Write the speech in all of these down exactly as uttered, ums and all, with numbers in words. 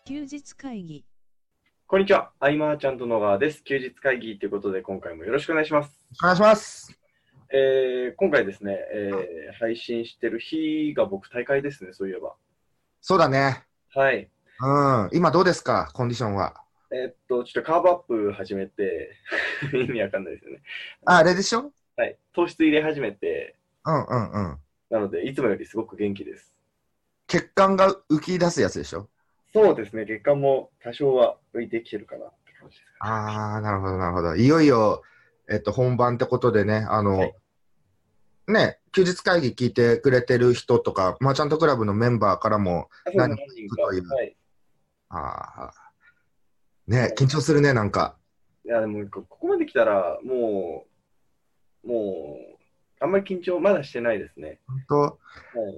休日会議。 こんにちは。アイマーちゃんと野川です。休日会議ということで、今回もよろしくお願いします。 お願いします。 えー、今回ですね、えー、配信してる日が僕大会ですね、そういえば。 そうだね。 はい。 うん。今どうですか、コンディションは。 えーっと、ちょっとカーブアップ始めて、意味わかんないですよね。 あ、あれでしょ。 はい。糖質入れ始めて、 うんうんうん。 なので、いつもよりすごく元気です。 血管が浮き出すやつでしょ。 そうですね、血管も多少は浮いてきてるかなって感じですかね。 ああ、なるほどなるほど。いよいよ、えっと、本番ってことでね、あの、 はいね、休日会議聞いてくれてる人とか、マーチャントクラブのメンバーからもあ、そう何ですね、 人かという。 はい。 ああ、ね、緊張するね、なんか。 いや、でも、ここまで来たら、もう、もう、あんまり緊張まだしてないですね。 本当、 はい。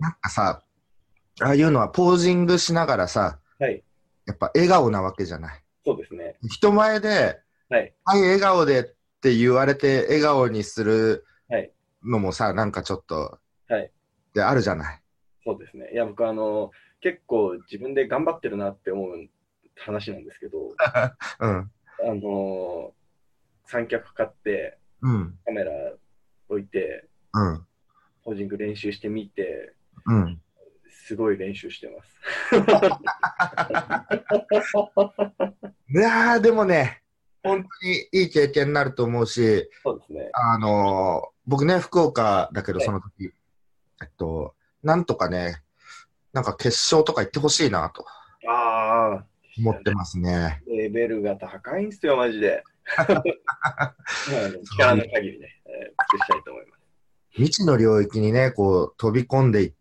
なんかさ、ああいうのはポージングしながらさ、 はい。 やっぱ笑顔なわけじゃない。 そうですね。 人前で、 はい。 はい、笑顔でって言われて笑顔にするはい。 のもさ、なんかちょっと、 はい。 であるじゃない。 そうですね。いや、僕、あの、結構自分で頑張ってるなって思う話なんですけど、 うん。 あの、三脚買って、 うん。 カメラ置いて、 うん。 ポージング練習してみて、 うん。 すごい練習してます。 いやー、でもね、本当にいい経験になると思うし、 そうですね。 あのー僕ね、福岡だけど、 はいその時、えっと、なんとかね、なんか決勝とか行ってほしいなとああ、 思ってますね。 レベルが高いんですよ、マジで。まあ、 そういう力の限りね、えー、尽くしたいと思います。 未知の領域にね、こう、飛び込んでいって、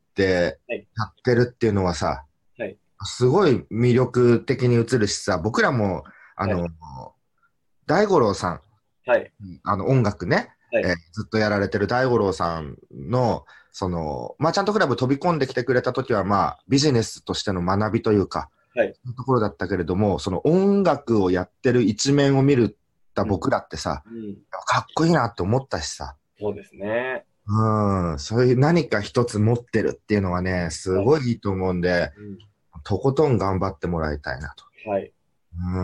はい。 やってるっていうのはさ、 はい。 すごい魅力的に映るしさ、僕らも、あの、 はい。 大五郎さん、 はい。 あの音楽ね、 はい。 えーずっとやられてる大五郎さんの、その、マーチャントクラブ飛び込んできてくれたときは、まあ、ビジネスとしての学びというか、 はい。 そういうところだったけれども、その音楽をやってる一面を見るた僕らってさ、 うん。 かっこいいなって思ったしさ、 そうですね。 うん、そういう何か一つ持ってるっていうのはね、すはい。 ごいいいと思うんで、 うん。 とことん頑張ってもらいたいなと。 はい。 うん。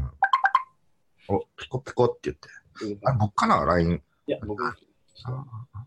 お、ピコピコって言って。 いいですか？ あれ、僕かな ライン。 いや、僕です。 あ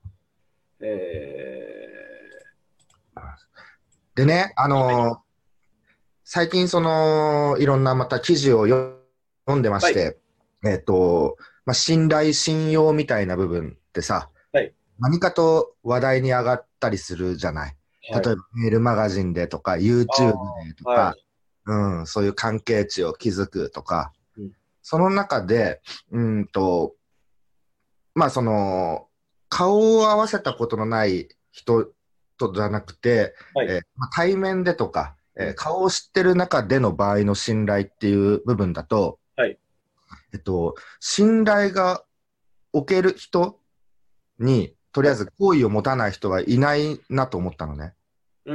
えでね、あのー最近その、いろんなまた記事を読読んでまー、はい。 して、えっと、まあ、信頼、信用みたいな部分ってさ、 はい。 何かと話題に上がったりするじゃない。 はい。 例えばメールマガジンでとか、YouTube でとああ、はか、 い。 うん、そういう関係値を築くとか、 うん。 その中で、うんと、まあその、顔を合わせたことのない人とじゃなくて、 はい。 えーまあ、対面でとか、えーうん。 顔を知ってる中での場合の信頼っていう部分だと、 はい。 えっと、信頼がおける人に、とりはい。 あえず好意を持たない人はいないなと思ったのね。 うん。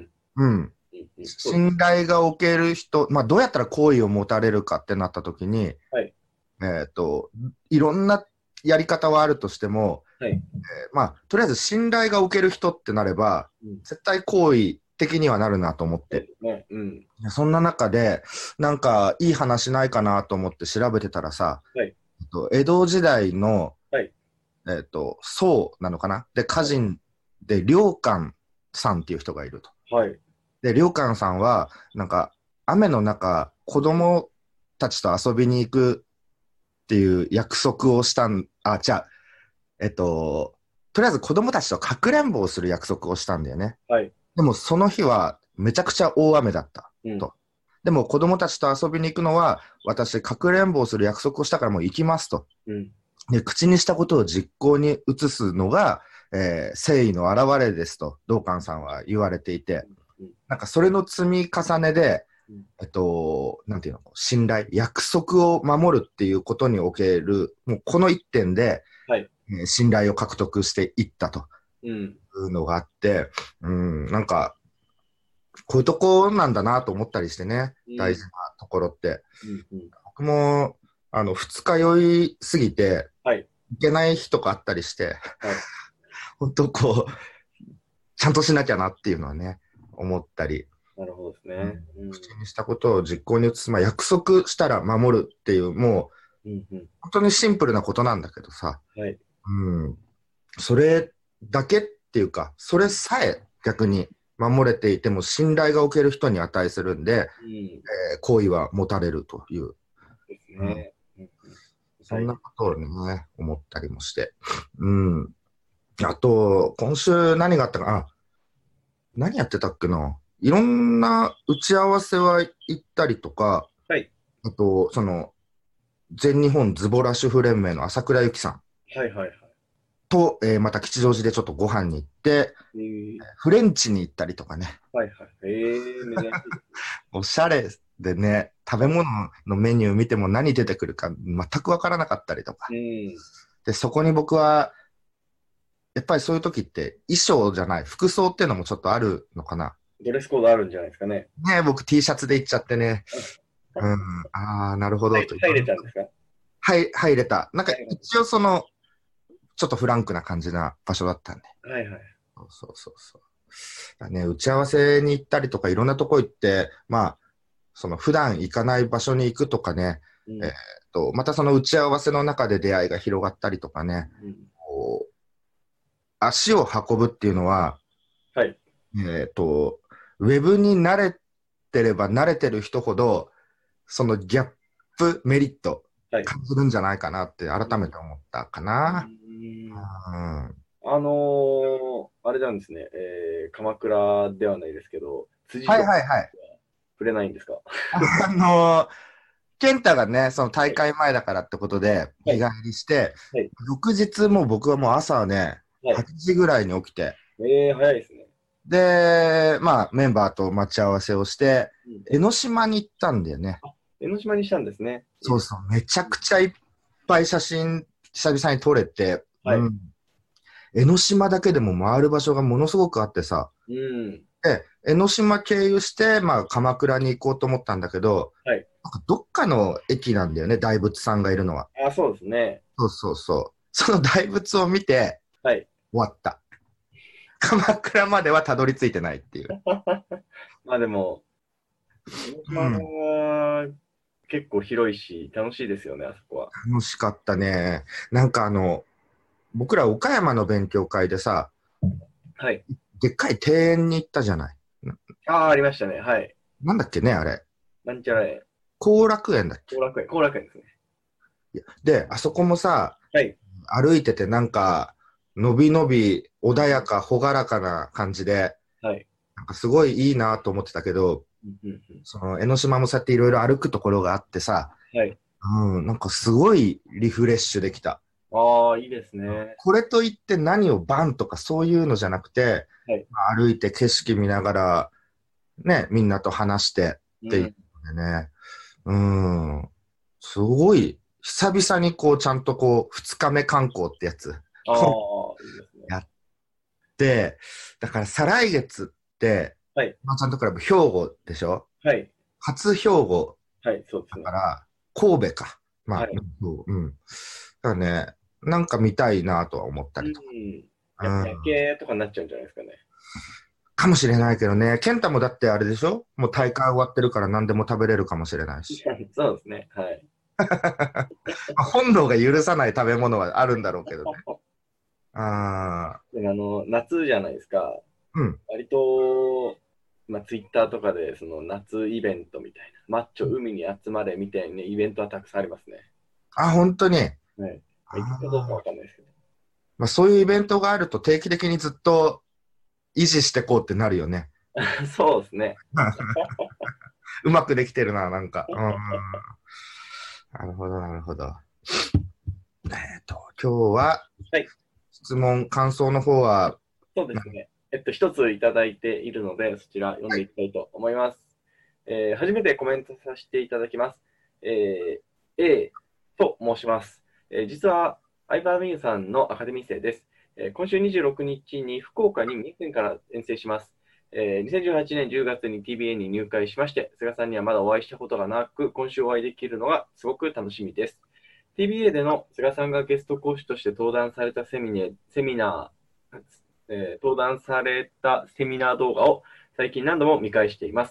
うん。 うん。うん。そうです。 信頼がおける人、まあどうやったら好意を持たれるかってなった時に、 はい。 えっと、いろんなやり方はあるとしても、 はい。 えーまあ、とりあえず信頼がおける人ってなれば、 うん。 絶対好意的にはなるなと思っそうて。 ですね。うん。 そんな中で、なんかいい話ないかなと思って調べてたらさ、 はい。 えっと、江戸時代の、 はい。 えっと、僧なのかなで、歌はい。 人で、良寛さんっていう人がいると。 はい。 で、良寛さんは、なんか、雨の中、子供たちと遊びに行くっていう約束をしたん、あ、じゃあ、えっと、とりあえず子供たちとかくれんぼをする約束をしたんだよね。 はい。 でもその日はめちゃくちゃ大雨だったうん。 と。でも子供たちと遊びに行くのは私かくれんぼをする約束をしたからもう行きますと。 うん。 で、口にしたことを実行に移すのが、えー誠意の表れですと、道灌さんは言われていて、 うん。 なんかそれの積み重ねで、 うん。 えっと、なんていうの、信頼、約束を守るっていうことにおける、もうこの一点で、 はい。 えー信頼を獲得していったとうん。 いうのがあって、うん、なんか、こういうとこなんだなと思ったりしてね、 うん。 大事なところって。 うん。うん。 僕も、あの、二日酔いすぎて、 はい。 いけない日とかあったりして、 はい。 本当こう、ちゃんとしなきゃなっていうのはね、思ったり。 なるほどですね。うん。 口にしたことを実行に移す、まあ、約束したら守るっていう、もう、 うんうん。 本当にシンプルなことなんだけどさ、 はい。 うん、それだけっていうか、それさえ逆に守れていても信頼がおける人に値するんで、 うん。 えー好意は持たれるという、 ですうん、 ね。うんうん。 そん大事なことをね、思ったりもして。うん。あと、今週何があったか、あ、何やってたっけな。いろんな打ち合わせは行ったりとか、 はい。 あと、その、全日本ズボラ主婦連盟の朝倉由紀さんはいはいはい。 と、えーまた吉祥寺でちょっとご飯に行って、 えー、 フレンチに行ったりとかね、 はいはい。えー、珍しいです。 おしゃれでね、食べはい。 物のメニュー見ても何出てくるか全くわからなかったりとか。 うん。 で、そこに僕は、やっぱりそういう時って衣装じゃない、服装っていうのもちょっとあるのかな。 ドレスコードあるんじゃないですかね。 ね、僕 T シャツで行っちゃってね、うん、ああ、なるほどと。 はい、入れたんですか？ はい、入れた。なんかはい一応その、ちょっとフランクな感じな場所だったんで。 はいはい。 そうそうそうそう。だね、打ち合わせに行ったりとか、いろんなとこ行って、まあ、その普段行かない場所に行くとかね、えーっうん。 と、またその打ち合わせの中で出会いが広がったりとかね、 うん。 こう足を運ぶっていうのは、 はい。 えーっと、ウェブに慣れてれば慣れてる人ほど、そのギャップ、メリット、 はい。 感じるんじゃないかなって改めて思ったかな。 うん。 うん。 あのー、あれなんですね。えー、鎌倉ではないですけど、辻はいとかはいはい。 触れないんですか？ あのー、健太がね、その大会前だからってことで、 はい。 日帰りして、 はい。 翌日もう僕はもう朝ね、 はい。 はちじぐらいに起きて、 えー、早いですね。 で、まあメンバーと待ち合わせをして、 うん。 江ノ島に行ったんだよね。 あ、江ノ島にしたんですね。いいです。 そうそう、めちゃくちゃいっぱい写真、久々に撮れて、 はい。 うん。江ノ島だけでも回る場所がものすごくあってさ、 うん。 で、江ノ島経由して、まあ鎌倉に行こうと思ったんだけど、 はい。 なんかどっかの駅なんだよね、大仏さんがいるのは。 あ、そうですね。 そうそうそう。その大仏を見てはい。 終わった。鎌倉まではたどり着いてないっていう。 まあでも、江ノ島うん。 は結構広いし、楽しいですよね、あそこは。 楽しかったね。なんかあの、僕ら岡山の勉強会でさ、 はい。 でっかい庭園に行ったじゃない。な、 ああ、ありましたね。はい。 なんだっけね、あれ。 なんちゃら園。 後楽園だっけ。 後楽園。後楽園ですね。 いやで、あそこもさ、 はい。 歩いててなんか、のびのび、穏やか、朗らかな感じで、 はい。 なんかすごいいいなと思ってたけど、 うんうんうん。 その江ノ島もそうやっていろいろ歩くところがあってさ、 はい。 うん、なんかすごいリフレッシュできた。 ああ、いいですね。 これといって何をバンとかそういうのじゃなくて、 はい。 まあ歩いて景色見ながら、ね、みんなと話してっていううん。 のでね、うん、すごい、久々にこう、ちゃんとこう、二日目観光ってやつ、 ああ、いいですね。 やって、だから再来月って、 はい。 まあ、ちゃんとクラブ兵庫でしょ？ はい。 初兵庫はい、そうですね。 だから、神戸か。まあ、 はい。 うん。だからね、なんか見たいなとは思ったうりとか。 ん。やっぱうん。 夜景とかになっちゃうんじゃないですかね。 かもしれないけどね、健太もだってあれでしょ？もう大会終わってるから何でも食べれるかもしれないし。 そうですね。はい。 まあ本能が許さない食べ物はあるんだろうけどね。ああ、 であの、夏じゃないですか。 うん。 割と、まあ、ツイッターとかで、その夏イベントみたいな、マッチョ海に集まれみたいな、ね、イベントはたくさんありますね。 あ、本当に。 はい。 あ行くかどうかー、 わかんないですけど。 まあ、そういうイベントがあると定期的にずっと維持してこうってなるよね。 そうですね。 うまくできてるな、なんか。うん。なるほど、なるほど。えっと、今日ははい。 質問、感想の方は、 そうですね。えっと、一ついただいているので、そちら読んでいきたいと思います。えー初めてコメントさせていただきます。えー A と申します。えー実は、アイバーミューさんのアカデミー生です。えー今週にじゅうろくにちに福岡に三重県から遠征します。えーにせんじゅうはちねんじゅうがつに ティービーエー に入会しまして、菅さんにはまだお会いしたことがなく、今週お会いできるのがすごく楽しみです。ティービーエー での菅さんがゲスト講師として登壇されたセミネセミナー、えー登壇されたセミナー動画を最近何度も見返しています。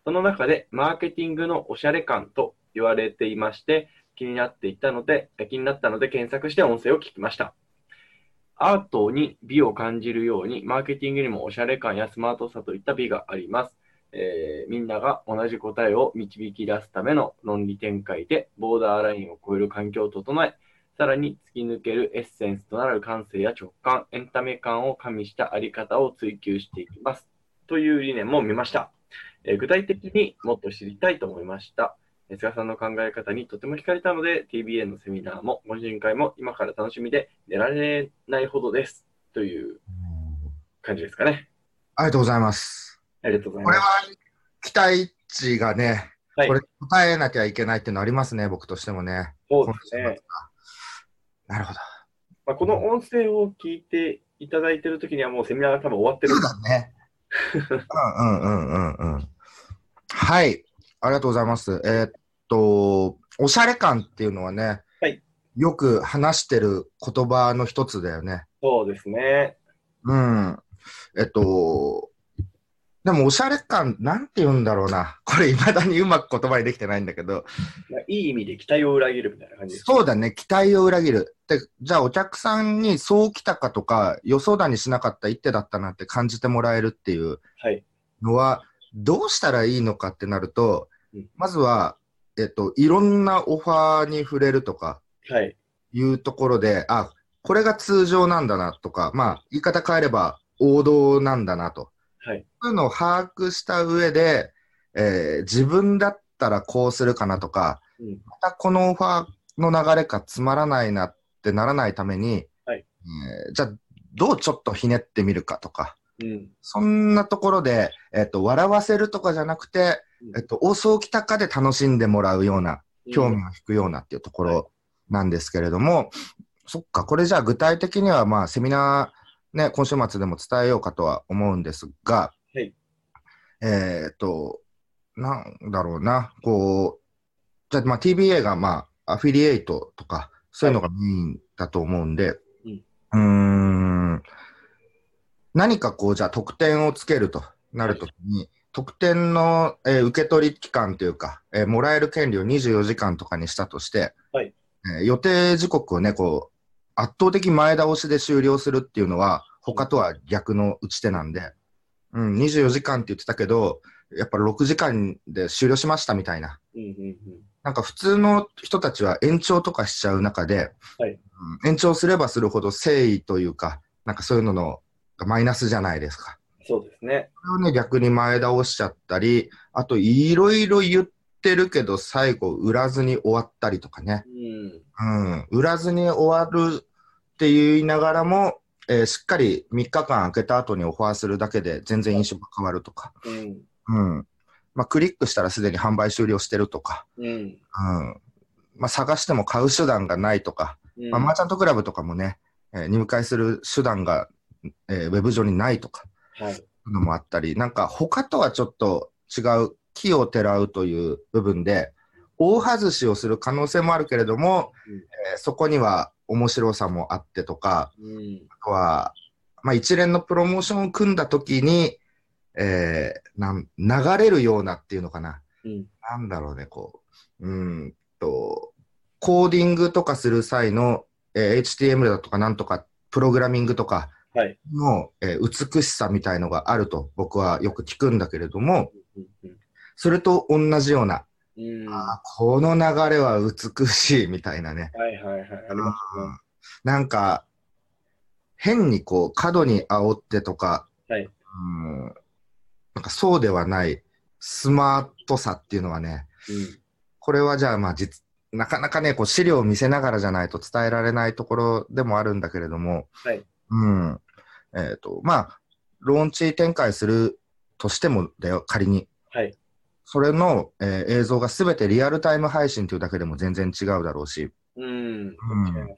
その中でマーケティングのおしゃれ感と言われていまして、気になっていたので、気になったので検索して音声を聞きました。アートに美を感じるように、マーケティングにもおしゃれ感やスマートさといった美があります。えーみんなが同じ答えを導き出すための論理展開で、ボーダーラインを超える環境を整え、さらに突き抜けるエッセンスとなる感性や直感、エンタメ感を加味したあり方を追求していきます。という理念も見ました。えー具体的にもっと知りたいと思いました。えー菅さんの考え方にとても惹かれたので、ティービーエー のセミナーも懇親会も今から楽しみで寝られないほどです。という感じですかね。 ありがとうございます。 ありがとうございこれはます。 期待値がね、 はいこれ答えなきゃいけないっていうのありますね、僕としてもね。 そうですね。 なるほど。 まあ、この音声を聞いていただいているときにはもうセミナーが多分終わってるそうだね。うんうんうんうんうん。はい、ありがとうございます。えーっと、おしゃれ感っていうのはね、 はいよく話してる言葉の一つだよね。 そうですね。 うん。えっと、でもおしゃれ感、なんて言うんだろうな。これ未だにうまく言葉にできてないんだけど、 まあ、いい意味で期待を裏切るみたいな感じです。 そうだね、期待を裏切る。で、じゃあお客さんにそう来たかとか、予想だにしなかった一手だったなって感じてもらえるっていうはい。 のは、どうしたらいいのかってなると、 うんまずは、えっと、いろんなオファーに触れるとかはい。 いうところで、あ、これが通常なんだなとか、まあ、言い方変えれば王道なんだなと。 はい。 そういうのを把握した上で、えー自分だったらこうするかなとか、 うん。 またこのオファーの流れかつまらないなってならないために、 はいえーじゃあどうちょっとひねってみるかとか、 うん。 そんなところで、えっと、笑わせるとかじゃなくて、 うんえっと、おそうきたかで楽しんでもらうような、興味を引くようなっていうところなんですけれども、そっか、これじゃあ具体的にはまあセミナーね、今週末でも伝えようかとは思うんですが、 はい。 えーっと、なんだろうな、こう、じゃあ、まあ、ティービーエー が、まあ、アフィリエイトとか、そういうのがメインだと思うんで、 うんうーん、何かこう、じゃあ、特典をつけるとなるときに、特典の、えー受け取り期間というか、えーもらえる権利をにじゅうよじかんとかにしたとして、 はいえー予定時刻をね、こう、圧倒的前倒しで終了するっていうのは、他とは逆の打ち手なんで、うん、にじゅうよじかんって言ってたけど、やっぱろくじかんで終了しましたみたいな。 うん。うん。 なんか普通の人たちは延長とかしちゃう中で、 はいうん延長すればするほど誠意というか、なんかそういうののがマイナスじゃないですか。 そうですね。 それをね、逆に前倒しちゃったり、あといろいろ言ってるけど最後売らずに終わったりとかね。 うん。 うん、売らずに終わるって言いながらも、えーしっかりみっかかん空けた後にオファーするだけで全然印象が変わるとか。 うん。 うん。まあ、クリックしたらすでに販売終了してるとか。 うん。 うん。まあ、探しても買う手段がないとか。 うん。 まあ、マーチャントクラブとかもね、えー入会する手段が、えーウェブ上にないとか。 はい。 いうのもあったり、なんか他とはちょっと違う、奇をてらうという部分で、大外しをする可能性もあるけれども、 うんえーそこには面白さもあってとか、 うん。 あとは、まあ、一連のプロモーションを組んだときに、えーなん流れるようなっていうのかな。 うん。 なんだろうね、こう、うーんと、コーディングとかする際の、えー エイチティーエムエル だとかなんとか、プログラミングとかはい。 の、えー美しさみたいのがあると僕はよく聞くんだけれども、 うん。 それと同じような、 うん。 あーこの流れは美しいみたいなね。 はいはいはい。ありますね。 なんか、変にこう、過度に煽ってとか、 はい。 うんなんかそうではないスマートさっていうのはね、 うん。 これはじゃあまあ実、なかなかね、こう資料を見せながらじゃないと伝えられないところでもあるんだけれども、 はい。 うん。えっと、まあ、ローンチ展開するとしてもだよ、仮に。 はい。 それの、えー映像がすべてリアルタイム配信というだけでも全然違うだろうし。 うん。 うん違いますね。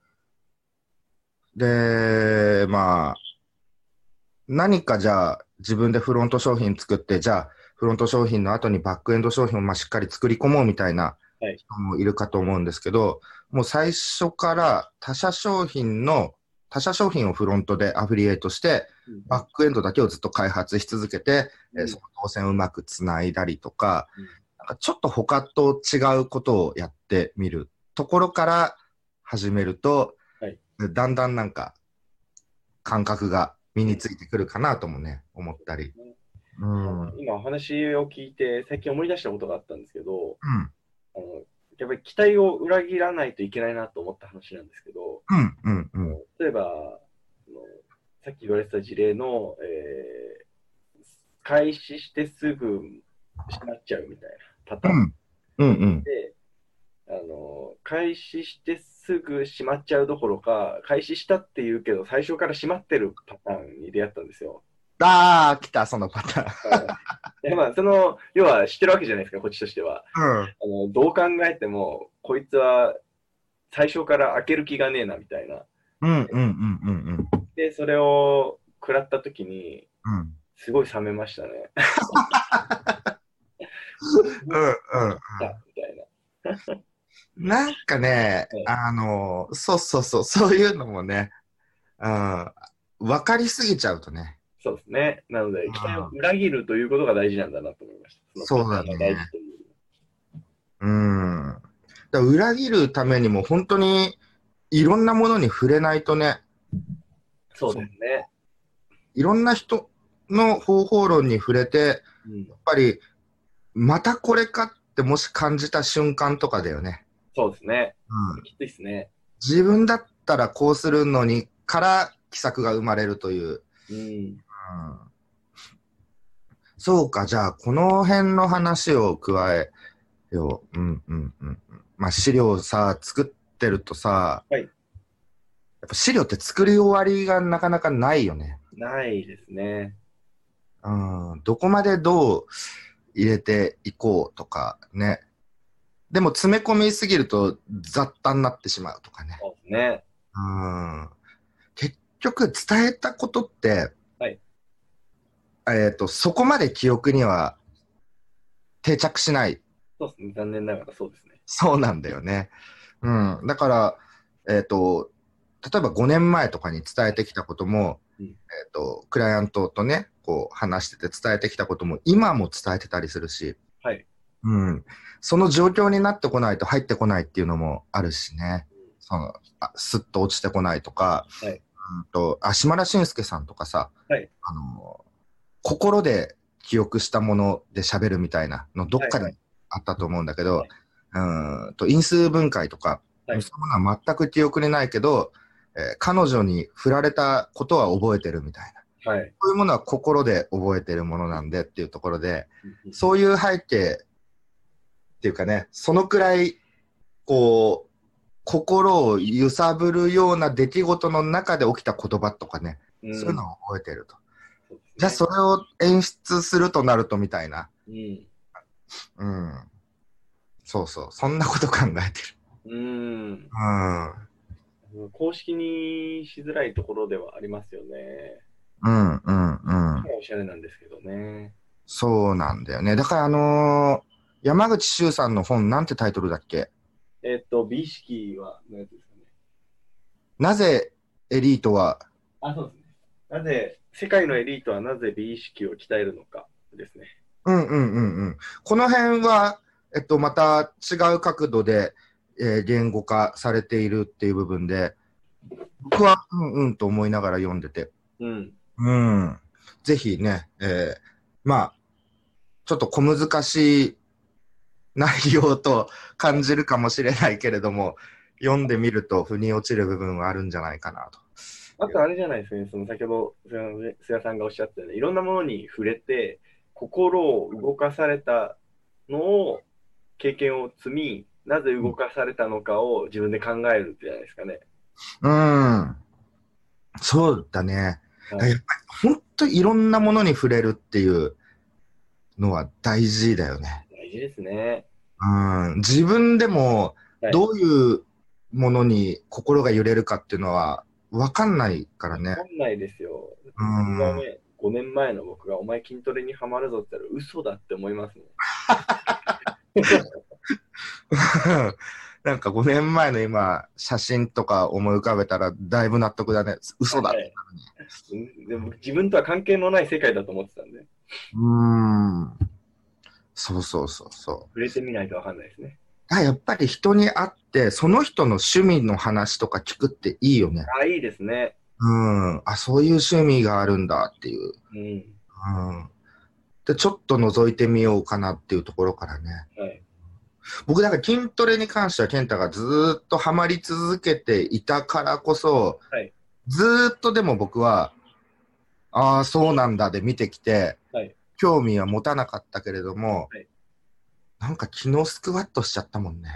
で、まあ、何かじゃあ自分でフロント商品作って、じゃあフロント商品の後にバックエンド商品をまあしっかり作り込もうみたいな人もいるかと思うんですけど、もう最初から他社商品の他社商品をフロントでアフィリエイトして、 うん、 バックエンドだけをずっと開発し続けて、うん、えー、その動線をうまくつないだりとか、うん、なんかちょっと他と違うことをやってみるところから始めると、はい、だんだんなんか感覚が身についてくるかなともね、思ったり。 うん、今お話を聞いて最近思い出したことがあったんですけど、うん、あのやっぱり期待を裏切らないといけないなと思った話なんですけど、 うんうんうん、 例えばさっき言われてた事例の、えー、開始してすぐ閉まっちゃうみたいなパターン、うんうんうん、で、あの開始してすぐ閉まっちゃうどころか、開始したっていうけど最初から閉まってるパターンに出会ったんですよ。 ああ、来た、そのパターン。 でまあ、その、要は知ってるわけじゃないですか、こっちとしては。 うん、あのどう考えても、こいつは最初から開ける気がねえな、みたいな。 うんうんうんうんうん。 で、それを食らったときに、 うん、 すごい冷めましたね。 うんうんうん。 みたいな。 なんかね、はい、あの、そうそうそう、そういうのもね、うん、分かりすぎちゃうとね。 そうですね。なので、期待を裏切るということが大事なんだなと思いました。 そうだね。うん。だ裏切るためにも本当にいろんなものに触れないとね。 そうですね。 いろんな人の方法論に触れて、うん、やっぱりまたこれかってもし感じた瞬間とかだよね。 そうですね。 うん、 きついですね。 自分だったらこうするのにから奇策が生まれるという。うん、うん、そうか、じゃあこの辺の話を加えよう。うんうんうん。まあ資料さ、作ってるとさ、はい、やっぱ資料って作り終わりがなかなかないよね。 ないですね。 うん、どこまでどう入れていこうとかね。でも詰め込みすぎると雑多になってしまうとかね。 そうですね。 うん。結局伝えたことって、はい、えっと、そこまで記憶には定着しない。 そうですね。残念ながらそうですね。 そうなんだよね。うん。だから、えっと、例えばごねんまえとかに伝えてきたことも、うん、えっと、クライアントとね、こう話してて伝えてきたことも今も伝えてたりするし、 はい。 うん。その状況になってこないと入ってこないっていうのもあるしね。うん、そのあスッと落ちてこないとか、はい、うんと、あ、島田紳介さんとかさ、はい、あの、心で記憶したもので喋るみたいなのどっかであったと思うんだけど、はいはい、うんと因数分解とか、はい、そういうものは全く記憶にないけど、えー、彼女に振られたことは覚えてるみたいな、はい、そういうものは心で覚えてるものなんでっていうところで、そういう背景っていうかね、そのくらいこう心を揺さぶるような出来事の中で起きた言葉とかね、うん、そういうのを覚えてると。ね、じゃあそれを演出するとなるとみたいな。うん。うん。そうそう。そんなこと考えてる。うん。 うん。公式にしづらいところではありますよね。 うんうんうん。 おしゃれなんですけどね。 そうなんだよね。だからあのー、山口周さんの本なんてタイトルだっけ？ えっと、美意識はのやつですかね。 なぜエリートは、 あ、そうですね。なぜ、世界のエリートはなぜ美意識を鍛えるのかですね。 うんうんうんうん。この辺は、えっと、また違う角度で、えー、言語化されているっていう部分で、僕はうんうんと思いながら読んでて。うん。うん。ぜひね、えー、まあ、ちょっと小難しい内容と感じるかもしれないけれども、読んでみると腑に落ちる部分はあるんじゃないかなと。 あとあれじゃないですね、その先ほど須谷さんがおっしゃったように、いろんなものに触れて、心を動かされたのを、経験を積み、なぜ動かされたのかを自分で考えるじゃないですかね。 うん。そうだね。はい、やっぱり本当にいろんなものに触れるっていうのは大事だよね。 大事ですね。 うん。自分でもどういうものに心が揺れるかっていうのは分かんないからね。 分かんないですよ。うん。ね、ごねんまえの僕がお前筋トレにハマるぞって言ったら嘘だって思いますもん。 なんかごねんまえの今、写真とか思い浮かべたらだいぶ納得だね。嘘だって、 はい、でも自分とは関係のない世界だと思ってたんで。 うーん。そうそうそうそう。 触れてみないとわかんないですね。 やっぱり人に会って、その人の趣味の話とか聞くっていいよね。 あ、いいですね。 うん。あ、そういう趣味があるんだっていう。 うん。 うん。で、ちょっと覗いてみようかなっていうところからね。 はい。 僕、なんか筋トレに関しては、健太がずーっとハマり続けていたからこそ、 はい、 ずーっとでも僕は、ああ、そうなんだで見てきて、 はい、 興味は持たなかったけれども、 はい、 なんか昨日スクワットしちゃったもんね。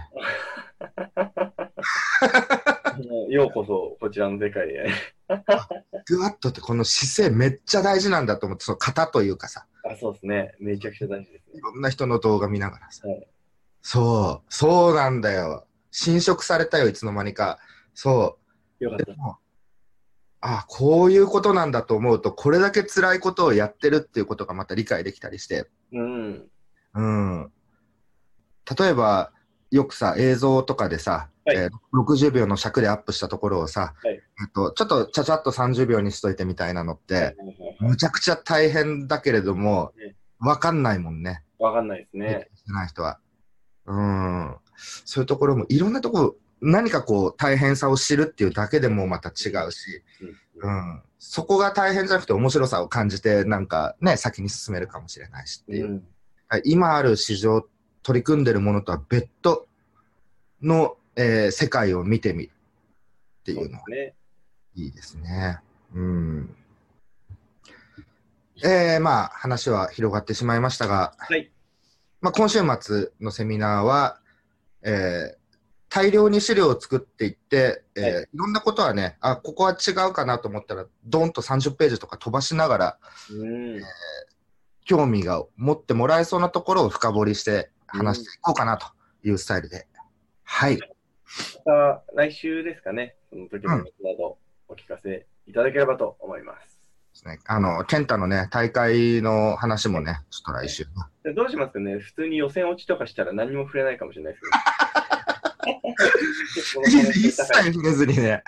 ようこそこちらの世界へ。 スクワットってこの姿勢めっちゃ大事なんだと思って、その型というかさ。 あ、そうですね。めちゃくちゃ大事ですね。 いろんな人の動画見ながらさ。 はい、 そう、そうなんだよ。侵食されたよ、いつの間にか。そう。 よかった。 でもあ、こういうことなんだと思うと、これだけ辛いことをやってるっていうことがまた理解できたりして。 うん。 うん。例えば、よくさ、映像とかでさ、 はい、 えーろくじゅうびょうの尺でアップしたところをさ、 はい、 えっと、ちょっとちゃちゃっとさんじゅうびょうにしといてみたいなのって、 はい、はい、 むちゃくちゃ大変だけれども、わかんないもんね。 わかんないですね。 してない人は。うん。そういうところも、いろんなところ、何かこう、大変さを知るっていうだけでもまた違うし、うん。うん、そこが大変じゃなくて面白さを感じて、なんかね、先に進めるかもしれないしっていう。うん、今ある市場、取り組んでるものとは別途の、えー、世界を見てみるっていうのは、ね、いいですね。うん。えー、まあ、話は広がってしまいましたが、 はい。 まあ、今週末のセミナーは、えー、大量に資料を作っていって、えーはい、いろんなことはね、あ、ここは違うかなと思ったら、ドンとさんじゅっページとか飛ばしながら、うんえー、興味が持ってもらえそうなところを深掘りして話していこうかなというスタイルで。はい。 また来週ですかね、その時のことなどお聞かせいただければと思います。 ですね、あの、健太のね、大会の話もね、ちょっと来週。 でどうしますかね、普通に予選落ちとかしたら何も触れないかもしれないですけど。 一切触れずにね。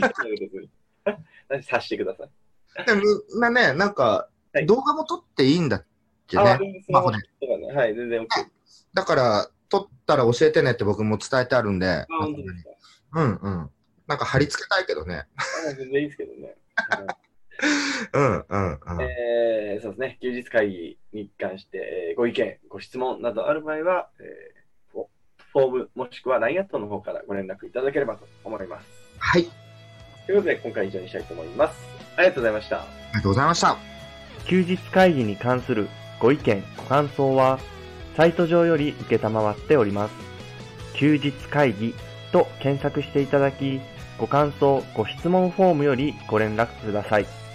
察してください。 でもみんなね、なんか、はい、動画も撮っていいんだっけね。 あ、スマホで。はい、全然 OK。 だから、撮ったら教えてねって僕も伝えてあるんで。 あ、本当ですか。 うんうん。なんか貼り付けたいけどね。 あ、全然いいですけどね。 うんうんうん。 えー、そうですね。休日会議に関して、えー、ご意見、ご質問などある場合は、えー、フォームもしくは ライン アットの方からご連絡いただければと思います。 はい。 ということで、今回以上にしたいと思います。ありがとうございました。ありがとうございました。 休日会議に関するご意見、ご感想は、サイト上より受けたまわっております。休日会議と検索していただき、ご感想、ご質問フォームよりご連絡ください。